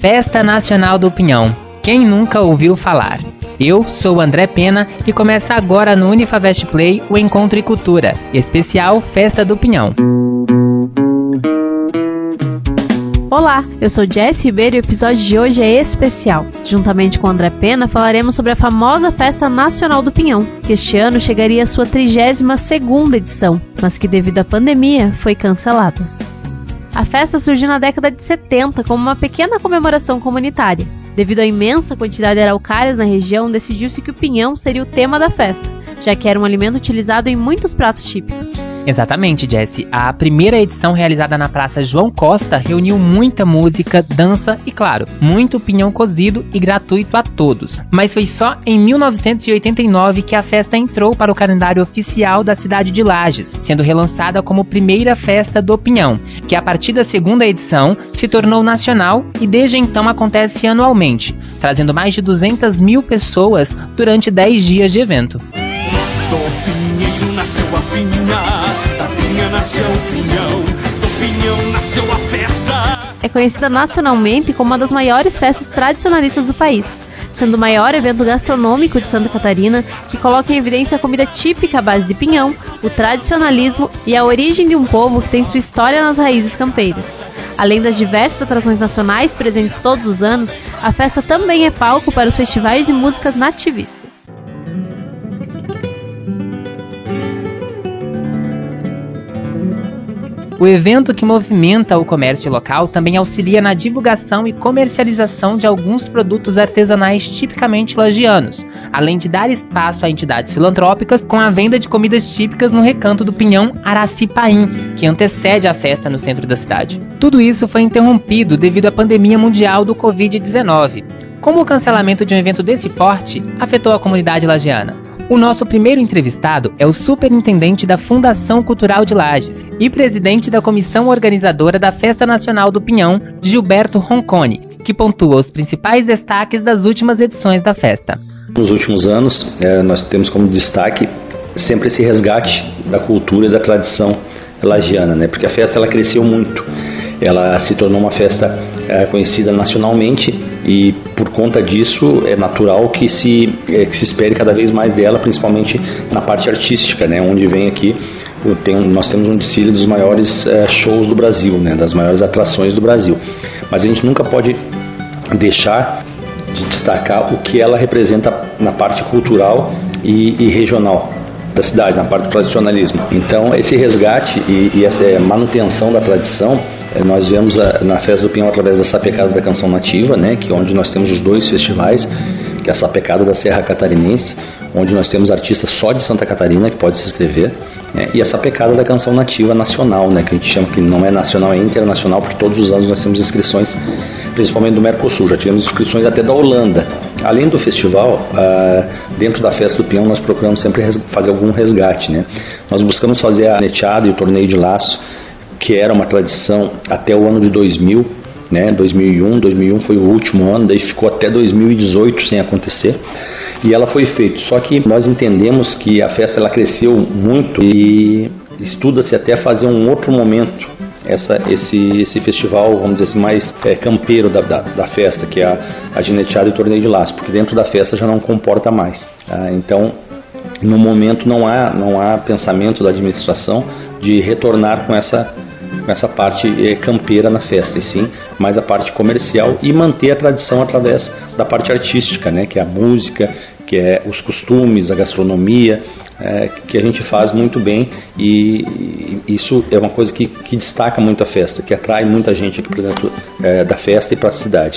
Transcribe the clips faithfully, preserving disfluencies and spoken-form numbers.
Festa Nacional do Pinhão. Quem nunca ouviu falar? Eu sou o André Pena e começa agora no Unifavest Play o Encontro e Cultura, especial Festa do Pinhão. Olá, eu sou Jess Ribeiro e o episódio de hoje é especial. Juntamente com o André Pena, falaremos sobre a famosa Festa Nacional do Pinhão, que este ano chegaria à sua trigésima segunda edição, mas que devido à pandemia foi cancelada. A festa surgiu na década de setenta como uma pequena comemoração comunitária. Devido à imensa quantidade de araucárias na região, decidiu-se que o pinhão seria o tema da festa, já que era um alimento utilizado em muitos pratos típicos. Exatamente, Jessie. A primeira edição realizada na Praça João Costa reuniu muita música, dança e, claro, muito pinhão cozido e gratuito a todos. Mas foi só em mil novecentos e oitenta e nove que a festa entrou para o calendário oficial da cidade de Lages, sendo relançada como primeira festa do pinhão, que a partir da segunda edição se tornou nacional e desde então acontece anualmente, trazendo mais de duzentas mil pessoas durante dez dias de evento. Do pinheiro nasceu a pinha, da pinha nasceu o pinhão, do pinhão nasceu a festa. É conhecida nacionalmente como uma das maiores festas tradicionalistas do país, sendo o maior evento gastronômico de Santa Catarina, que coloca em evidência a comida típica à base de pinhão, o tradicionalismo e a origem de um povo que tem sua história nas raízes campeiras. Além das diversas atrações nacionais presentes todos os anos, a festa também é palco para os festivais de músicas nativistas. O evento que movimenta o comércio local também auxilia na divulgação e comercialização de alguns produtos artesanais tipicamente lagianos, além de dar espaço a entidades filantrópicas com a venda de comidas típicas no recanto do Pinhão Aracipaim, que antecede a festa no centro da cidade. Tudo isso foi interrompido devido à pandemia mundial do covid dezenove. Como o cancelamento de um evento desse porte afetou a comunidade lagiana? O nosso primeiro entrevistado é o superintendente da Fundação Cultural de Lages e presidente da comissão organizadora da Festa Nacional do Pinhão, Gilberto Ronconi, que pontua os principais destaques das últimas edições da festa. Nos últimos anos, é, nós temos como destaque sempre esse resgate da cultura e da tradição lagiana, né? Porque a festa ela cresceu muito, ela se tornou uma festa é, conhecida nacionalmente e por conta disso é natural que se, é, que se espere cada vez mais dela, principalmente na parte artística, né? Onde vem aqui, tem, nós temos um desfile dos maiores é, shows do Brasil, né? Das maiores atrações do Brasil, mas a gente nunca pode deixar de destacar o que ela representa na parte cultural e, e regional da cidade, na parte do tradicionalismo. Então, esse resgate e, e essa manutenção da tradição, nós vemos a, na Festa do Pinhão através da Sapecada da Canção Nativa, né, que é onde nós temos os dois festivais, que é a Sapecada da Serra Catarinense, onde nós temos artistas só de Santa Catarina que pode se inscrever, né, e a Sapecada da Canção Nativa Nacional, né, que a gente chama que não é nacional, é internacional, porque todos os anos nós temos inscrições, principalmente do Mercosul, já tivemos inscrições até da Holanda. Além do festival, uh, dentro da Festa do Pinhão nós procuramos sempre fazer algum resgate, né? Nós buscamos fazer a neteada e o torneio de laço, que era uma tradição até o ano de dois mil, né? dois mil e um, dois mil e um foi o último ano, daí ficou até dois mil e dezoito sem acontecer, e ela foi feita. Só que nós entendemos que a festa ela cresceu muito e estuda-se até fazer um outro momento, Essa, esse, esse festival, vamos dizer assim, mais é, campeiro da, da, da festa, que é a, a gineteada e o torneio de laço, porque dentro da festa já não comporta mais. Tá? Então, no momento não há, não há pensamento da administração de retornar com essa, com essa parte é, campeira na festa, e sim mais a parte comercial e manter a tradição através da parte artística, né, que é a música, que é os costumes, a gastronomia, É, que a gente faz muito bem, e, e isso é uma coisa que, que destaca muito a festa, que atrai muita gente aqui para dentro é, da festa e para a cidade.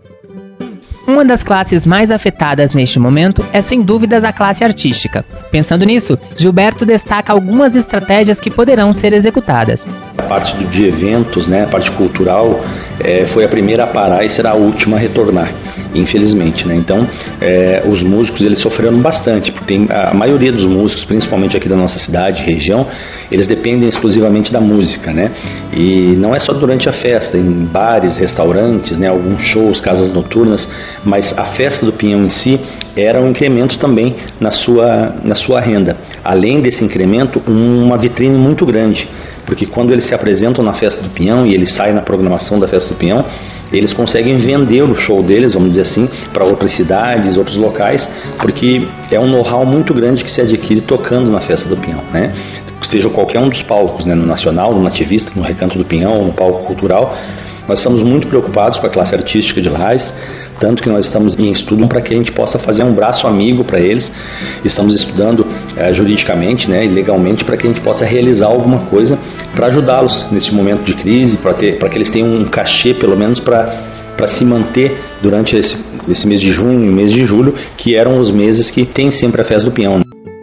Uma das classes mais afetadas neste momento é sem dúvidas a classe artística. Pensando nisso, Gilberto destaca algumas estratégias que poderão ser executadas. A parte de eventos, né, a parte cultural, é, foi a primeira a parar e será a última a retornar, infelizmente, né? Então, é, os músicos eles sofreram bastante, porque tem, a maioria dos músicos, principalmente aqui da nossa cidade, região, eles dependem exclusivamente da música, né? E não é só durante a festa, em bares, restaurantes, né, alguns shows, casas noturnas, mas a Festa do Pinhão em si era um incremento também na sua, na sua renda. Além desse incremento, uma vitrine muito grande, porque quando eles se apresentam na Festa do Pinhão e eles saem na programação da Festa do Pinhão, eles conseguem vender o show deles, vamos dizer assim, para outras cidades, outros locais, porque é um know-how muito grande que se adquire tocando na Festa do Pinhão, né? Seja qualquer um dos palcos, né? No Nacional, no Nativista, no Recanto do Pinhão, no palco cultural. Nós estamos muito preocupados com a classe artística de Lages, tanto que nós estamos em estudo para que a gente possa fazer um braço amigo para eles. Estamos estudando é, juridicamente, né, e legalmente, para que a gente possa realizar alguma coisa para ajudá-los nesse momento de crise, para ter, para que eles tenham um cachê, pelo menos, para para se manter durante esse, esse mês de junho e mês de julho, que eram os meses que tem sempre a Festa do Pinhão.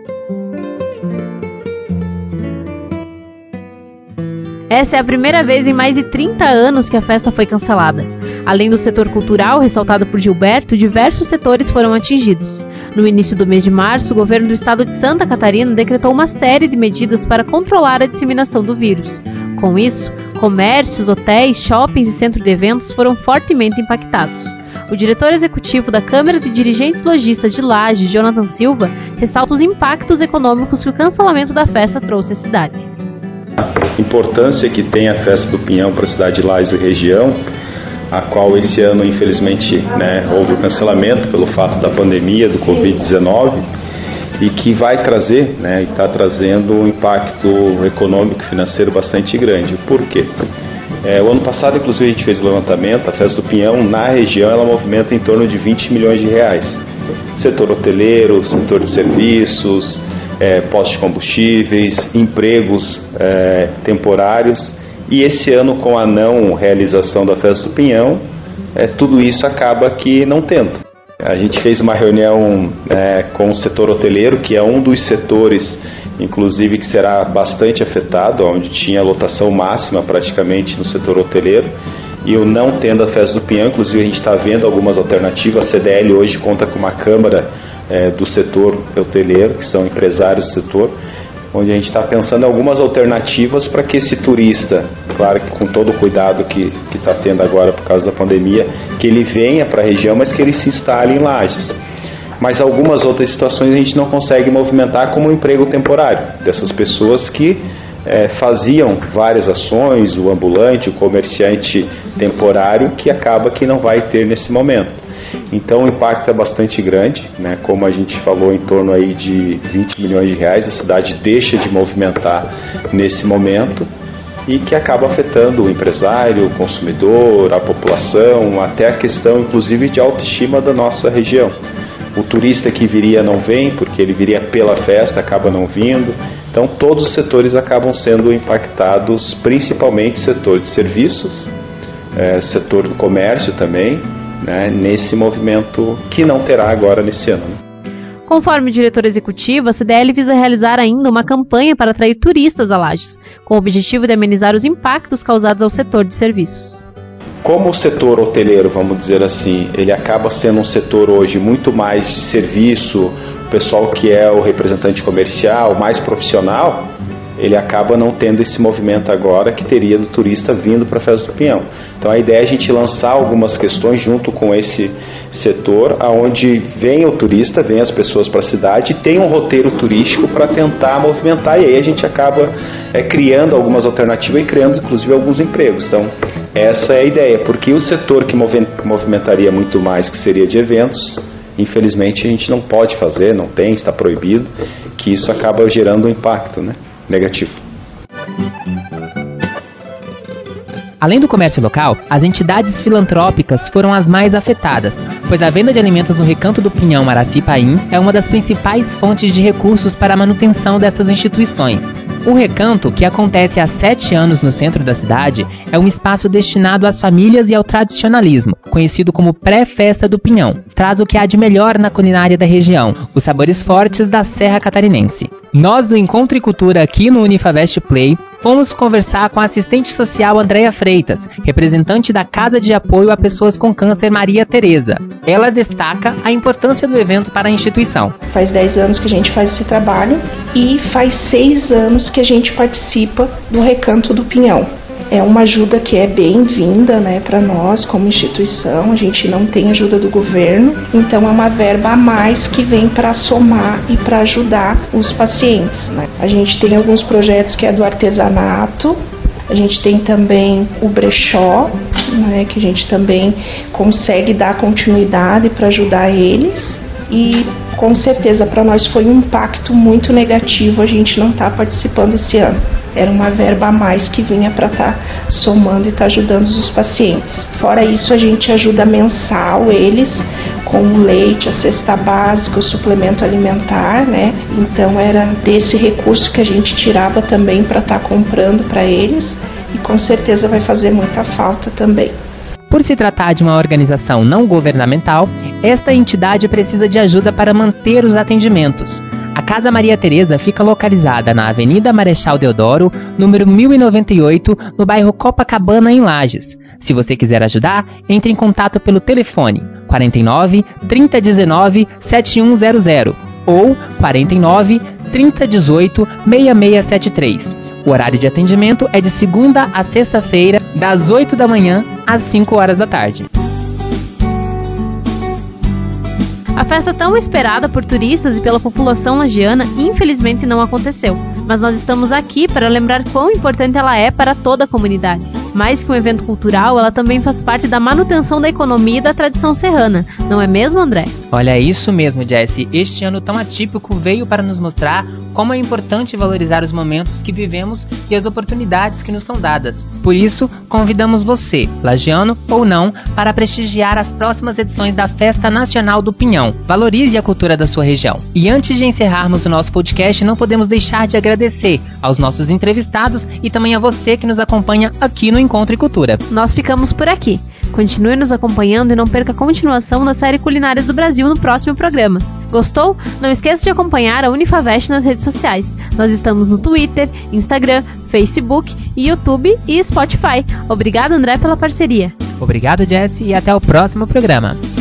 Essa é a primeira vez em mais de trinta anos que a festa foi cancelada. Além do setor cultural, ressaltado por Gilberto, diversos setores foram atingidos. No início do mês de março, o governo do estado de Santa Catarina decretou uma série de medidas para controlar a disseminação do vírus. Com isso, comércios, hotéis, shoppings e centros de eventos foram fortemente impactados. O diretor executivo da Câmara de Dirigentes Lojistas de Lages, Jonathan Silva, ressalta os impactos econômicos que o cancelamento da festa trouxe à cidade. A importância que tem a Festa do Pinhão para a cidade de Lages e região, a qual esse ano, infelizmente, né, houve o cancelamento pelo fato da pandemia do covid dezenove, e que vai trazer, né, e está trazendo um impacto econômico e financeiro bastante grande. Por quê? É, o ano passado, inclusive, a gente fez o levantamento, a Festa do Pinhão, na região, ela movimenta em torno de vinte milhões de reais. Setor hoteleiro, setor de serviços, É, postos de combustíveis, empregos é, temporários, e esse ano, com a não realização da Festa do Pinhão, é, tudo isso acaba que não tendo. A gente fez uma reunião é, com o setor hoteleiro, que é um dos setores, inclusive, que será bastante afetado, onde tinha lotação máxima praticamente no setor hoteleiro, e o não tendo a Festa do Pinhão, inclusive a gente está vendo algumas alternativas. A C D L hoje conta com uma câmara É, do setor hoteleiro, que são empresários do setor, onde a gente está pensando em algumas alternativas para que esse turista, claro que com todo o cuidado que está tendo agora por causa da pandemia, que ele venha para a região, mas que ele se instale em Lages. Mas algumas outras situações a gente não consegue movimentar, como o emprego temporário dessas pessoas que é, faziam várias ações, o ambulante, o comerciante temporário, que acaba que não vai ter nesse momento. Então o impacto é bastante grande, né? Como a gente falou, em torno aí de vinte milhões de reais, a cidade deixa de movimentar nesse momento, e que acaba afetando o empresário, o consumidor, a população, até a questão inclusive de autoestima da nossa região. O turista que viria não vem, porque ele viria pela festa, acaba não vindo. Então todos os setores acabam sendo impactados, principalmente setor de serviços, é, setor do comércio também, né, nesse movimento que não terá agora nesse ano. Né? Conforme o diretor executivo, a C D L visa realizar ainda uma campanha para atrair turistas a Lages, com o objetivo de amenizar os impactos causados ao setor de serviços. Como o setor hoteleiro, vamos dizer assim, ele acaba sendo um setor hoje muito mais de serviço, o pessoal que é o representante comercial, mais profissional, ele acaba não tendo esse movimento agora que teria do turista vindo para a Festa do Pinhão. Então a ideia é a gente lançar algumas questões junto com esse setor, aonde vem o turista, vem as pessoas para a cidade e tem um roteiro turístico para tentar movimentar, e aí a gente acaba é, criando algumas alternativas e criando inclusive alguns empregos. Então essa é a ideia, porque o setor que movimentaria muito mais, que seria de eventos, infelizmente a gente não pode fazer, não tem, está proibido, que isso acaba gerando um impacto, né, negativo. Além do comércio local, as entidades filantrópicas foram as mais afetadas, pois a venda de alimentos no Recanto do Pinhão Maraci-Paim é uma das principais fontes de recursos para a manutenção dessas instituições. O Recanto, que acontece há sete anos no centro da cidade, é um espaço destinado às famílias e ao tradicionalismo, conhecido como Pré-Festa do Pinhão. Traz o que há de melhor na culinária da região, os sabores fortes da Serra Catarinense. Nós, do Encontro e Cultura aqui no Unifavest Play, fomos conversar com a assistente social Andréa Freitas, representante da Casa de Apoio a Pessoas com Câncer Maria Tereza. Ela destaca a importância do evento para a instituição. Faz dez anos que a gente faz esse trabalho e faz seis anos que a gente participa do Recanto do Pinhão. é uma ajuda que é bem-vinda, né, para nós como instituição. A gente não tem ajuda do governo, então é uma verba a mais que vem para somar e para ajudar os pacientes, né. A gente tem alguns projetos que é do artesanato. A gente tem também o brechó, né, que a gente também consegue dar continuidade para ajudar eles. E com certeza para nós foi um impacto muito negativo a gente não estar tá participando esse ano. Era uma verba a mais que vinha para estar tá somando e estar tá ajudando os pacientes. Fora isso, a gente ajuda mensal eles com o leite, a cesta básica, o suplemento alimentar, né? Então era desse recurso que a gente tirava também para estar tá comprando para eles, e com certeza vai fazer muita falta também. Por se tratar de uma organização não governamental, esta entidade precisa de ajuda para manter os atendimentos. A Casa Maria Tereza fica localizada na Avenida Marechal Deodoro, número mil e noventa e oito, no bairro Copacabana, em Lages. Se você quiser ajudar, entre em contato pelo telefone quarenta e nove, trinta, dezenove, setenta e um zero zero ou quarenta e nove, trinta, dezoito, sessenta e seis setenta e três. O horário de atendimento é de segunda a sexta-feira, das oito da manhã às cinco horas da tarde. A festa tão esperada por turistas e pela população lagiana infelizmente não aconteceu, mas nós estamos aqui para lembrar quão importante ela é para toda a comunidade. Mais que um evento cultural, ela também faz parte da manutenção da economia e da tradição serrana, não é mesmo, André? Olha, isso mesmo, Jessie. Este ano tão atípico veio para nos mostrar como é importante valorizar os momentos que vivemos e as oportunidades que nos são dadas. Por isso, convidamos você, lagiano ou não, para prestigiar as próximas edições da Festa Nacional do Pinhão. Valorize a cultura da sua região. E antes de encerrarmos o nosso podcast, não podemos deixar de agradecer aos nossos entrevistados e também a você que nos acompanha aqui no Encontro e Cultura. Nós ficamos por aqui. Continue nos acompanhando e não perca a continuação da série Culinárias do Brasil no próximo programa. Gostou? Não esqueça de acompanhar a Unifavest nas redes sociais. Nós estamos no Twitter, Instagram, Facebook, YouTube e Spotify. Obrigado, André, pela parceria. Obrigado, Jessie, e até o próximo programa.